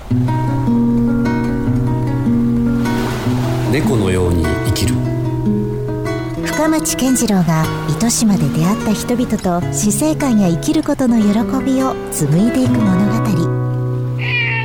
猫のように生きる。 深町健次郎が糸島で出会った人々と死生観や生きることの喜びを紡いでいく物語。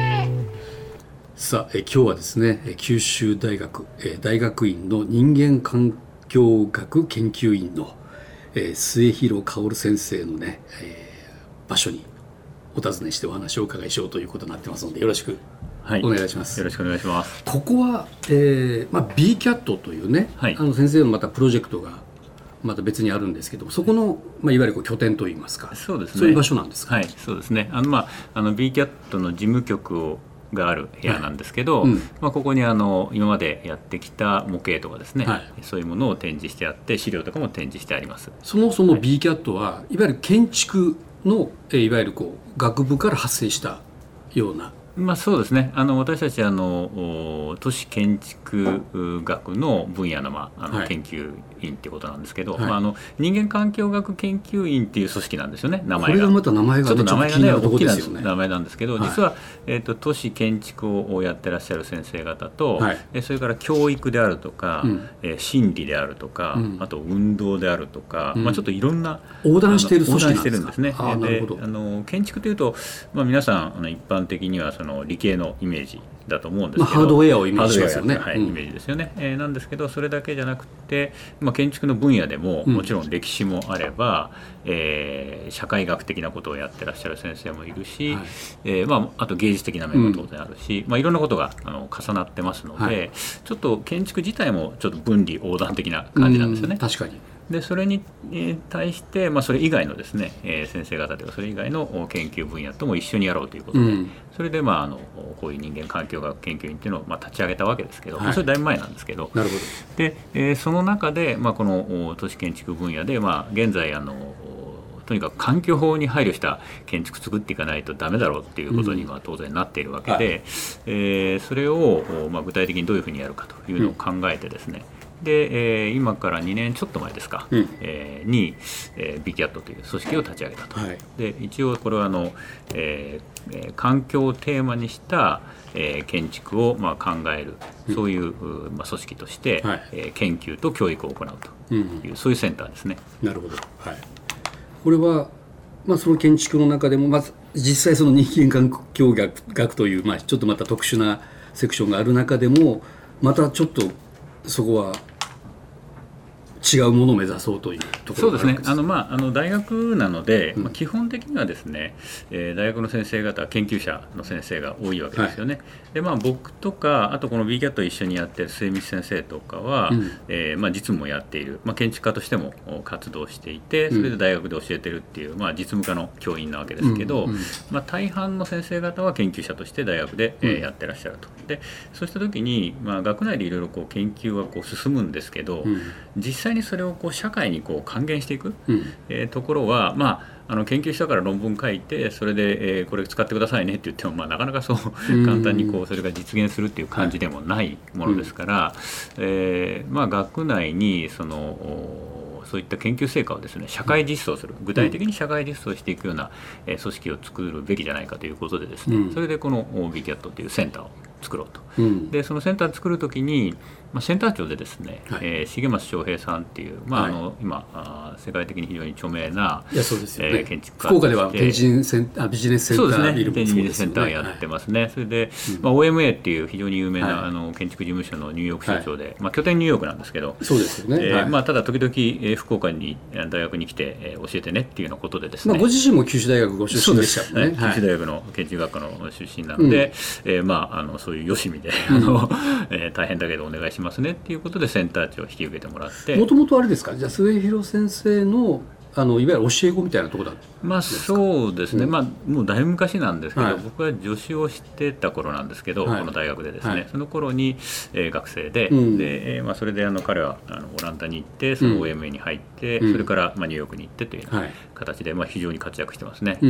さあ、今日はですね、九州大学、大学院の人間環境学研究員の、末広薫先生のね、場所にお尋ねしてお話をお伺いしようということになってますので、よろしくお願いします。 よろしくお願いします。 ここは、BCAT というね、先生のまたプロジェクトがまた別にあるんですけど、そこの、いわゆる拠点といいますか、 そうですね、 そういう場所なんですか。 はい、そうですね。BCAT の事務局がある部屋なんですけど、ここに今までやってきた模型とかですね、そういうものを展示してあって、資料とかも展示してあります。 そもそも BCAT は、いわゆる建築の、いわゆる学部から発生したような。 そうですね。私たち都市建築学の分野の、研究員っていうことなんですけど、人間環境学研究員っていう組織なんですよね、名前が。 これがまた名前が、 ちょっと名前がね、大きな名前なんですけど、実は、都市建築をやってらっしゃる先生方と、それから教育であるとか、心理であるとか、あと運動であるとか、ちょっといろんな横断している組織なんですか。 横断してるんですね。で、建築というと、皆さん一般的には理系のイメージだと思うんですけど、 ハードウェアをイメージしますよね。 イメージですよね。なんですけど、それだけじゃなくて、建築の分野でももちろん歴史もあれば、社会学的なことをやってらっしゃる先生もいるし、あと芸術的な面も当然あるし、いろんなことが重なってますので、ちょっと建築自体もちょっと分離横断的な感じなんですよね。 確かに。 でそれに対して、それ以外のですね、先生方というかそれ以外の研究分野とも一緒にやろうということで、それで、こういう人間環境学研究員っていうのを立ち上げたわけですけど、それだいぶ前なんですけど、 なるほど。で、その中で、この都市建築分野で、現在とにかく環境法に配慮した建築作っていかないとダメだろうっていうことには当然なっているわけで、それを、具体的にどういうふうにやるかというのを考えてですね、で今から2年ちょっと前ですか、に、BCAT という組織を立ち上げたと。で一応これは環境をテーマにした、建築を考える、そういう、組織として、研究と教育を行うという、そういうセンターですね。 なるほど。これは、その建築の中でも、実際その人間環境学という、ちょっとまた特殊なセクションがある中でも、またちょっとそこは違うものを目指そうというところがあるんです。 そうですね。大学なので、基本的にはですね、大学の先生方、研究者の先生が多いわけですよね。で僕とか、あとこの BCAT を一緒にやってる末光先生とかは、実務をやっている、建築家としても活動していて、それで大学で教えてるっていう、実務家の教員なわけですけど、大半の先生方は研究者として大学で、やってらっしゃると。でそうした時に、学内でいろいろ研究が進むんですけど、実際にそれを社会に還元していく、ところは、研究したから論文書いて、それで、これ使ってくださいねって言っても、なかなかそう簡単にそれが実現するっていう感じでもないものですから、学内にそういった研究成果をですね、社会実装する、具体的に社会実装していくような、組織を作るべきじゃないかということでですね、それでこの BCAT というセンターを作ろうと。でそのセンターを作るときに、センター長でですね、重松翔平さんっていう、今世界的に非常に著名な建築家、 福岡ではビジネスセンター、 そうですね、ビジネスセンターをやってますね。それで、OMA っていう非常に有名な、建築事務所のニューヨーク所長で、拠点ニューヨークなんですけど、 そうですよね。 ただ時々、福岡に大学に来て、教えてねっていうようなことでですね、 ご自身も九州大学ご出身でしたもんね。 九州大学の建築学科の出身なので、そういうよしみで大変だけどお願いしますねっていうことでセンター長を引き受けてもらって。 もともとあれですか、じゃあ末広先生のいわゆる教え子みたいなところだったんですか。 そうですね、もうだいぶ昔なんですけど、僕は助手をしてた頃なんですけど、この大学でですね、その頃に、学生で、それで彼はオランダに行って、その OMA に入って、それからニューヨークに行ってというような形で、非常に活躍してますね。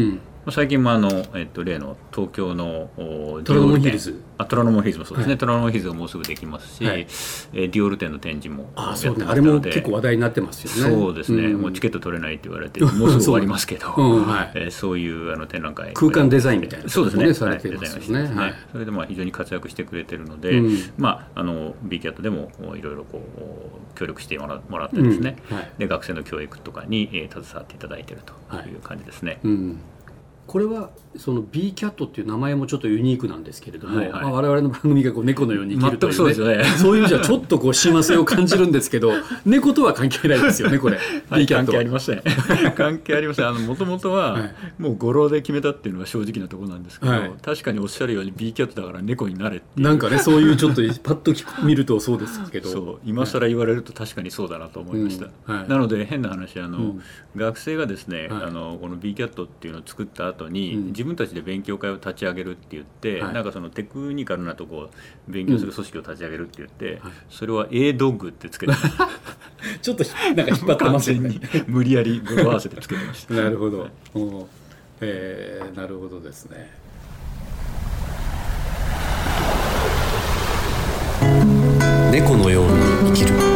最近も例の東京の虎ノ門ヒルズ、 虎ノ門ヒルズもそうですね、虎ノ門ヒルズがもうすぐできますし、ディオール店の展示もやってますので、 あれも結構話題になってますよね。 そうですね、もうチケット取れないって言われてもうすぐ終わりますけどそういう展覧会、 空間デザインみたいな、 そうですね、 されてますよね。 それで非常に活躍してくれてるので、BCAT でもいろいろ協力してもらってですね、で学生の教育とかに携わっていただいているという感じですね。 これはその BCAT っていう名前もちょっとユニークなんですけれども、我々の番組が猫のように生きるというね、 そうですね、 そういう意味じゃちょっと親和性を感じるんですけど猫とは関係ないですよね、これ。 関係ありません関係ありません。もともとはもう語呂で決めたっていうのが正直なところなんですけど、確かにおっしゃるように BCAT だから猫になれっていう、 なんかね、そういうちょっとパッと見るとそうですけど、 そう今更言われると確かにそうだなと思いました。なので変な話、学生がですね、この BCAT っていうのを作った後に、自分たちで勉強会を立ち上げるって言って、なんかそのテクニカルなとこ勉強する組織を立ち上げるって言って、それは A-Dog ってつけてちょっとなんか引っ張ってますよね。 完全に無理やり語呂合わせてつけてましたなるほど、なるほどですね。猫のように生きる。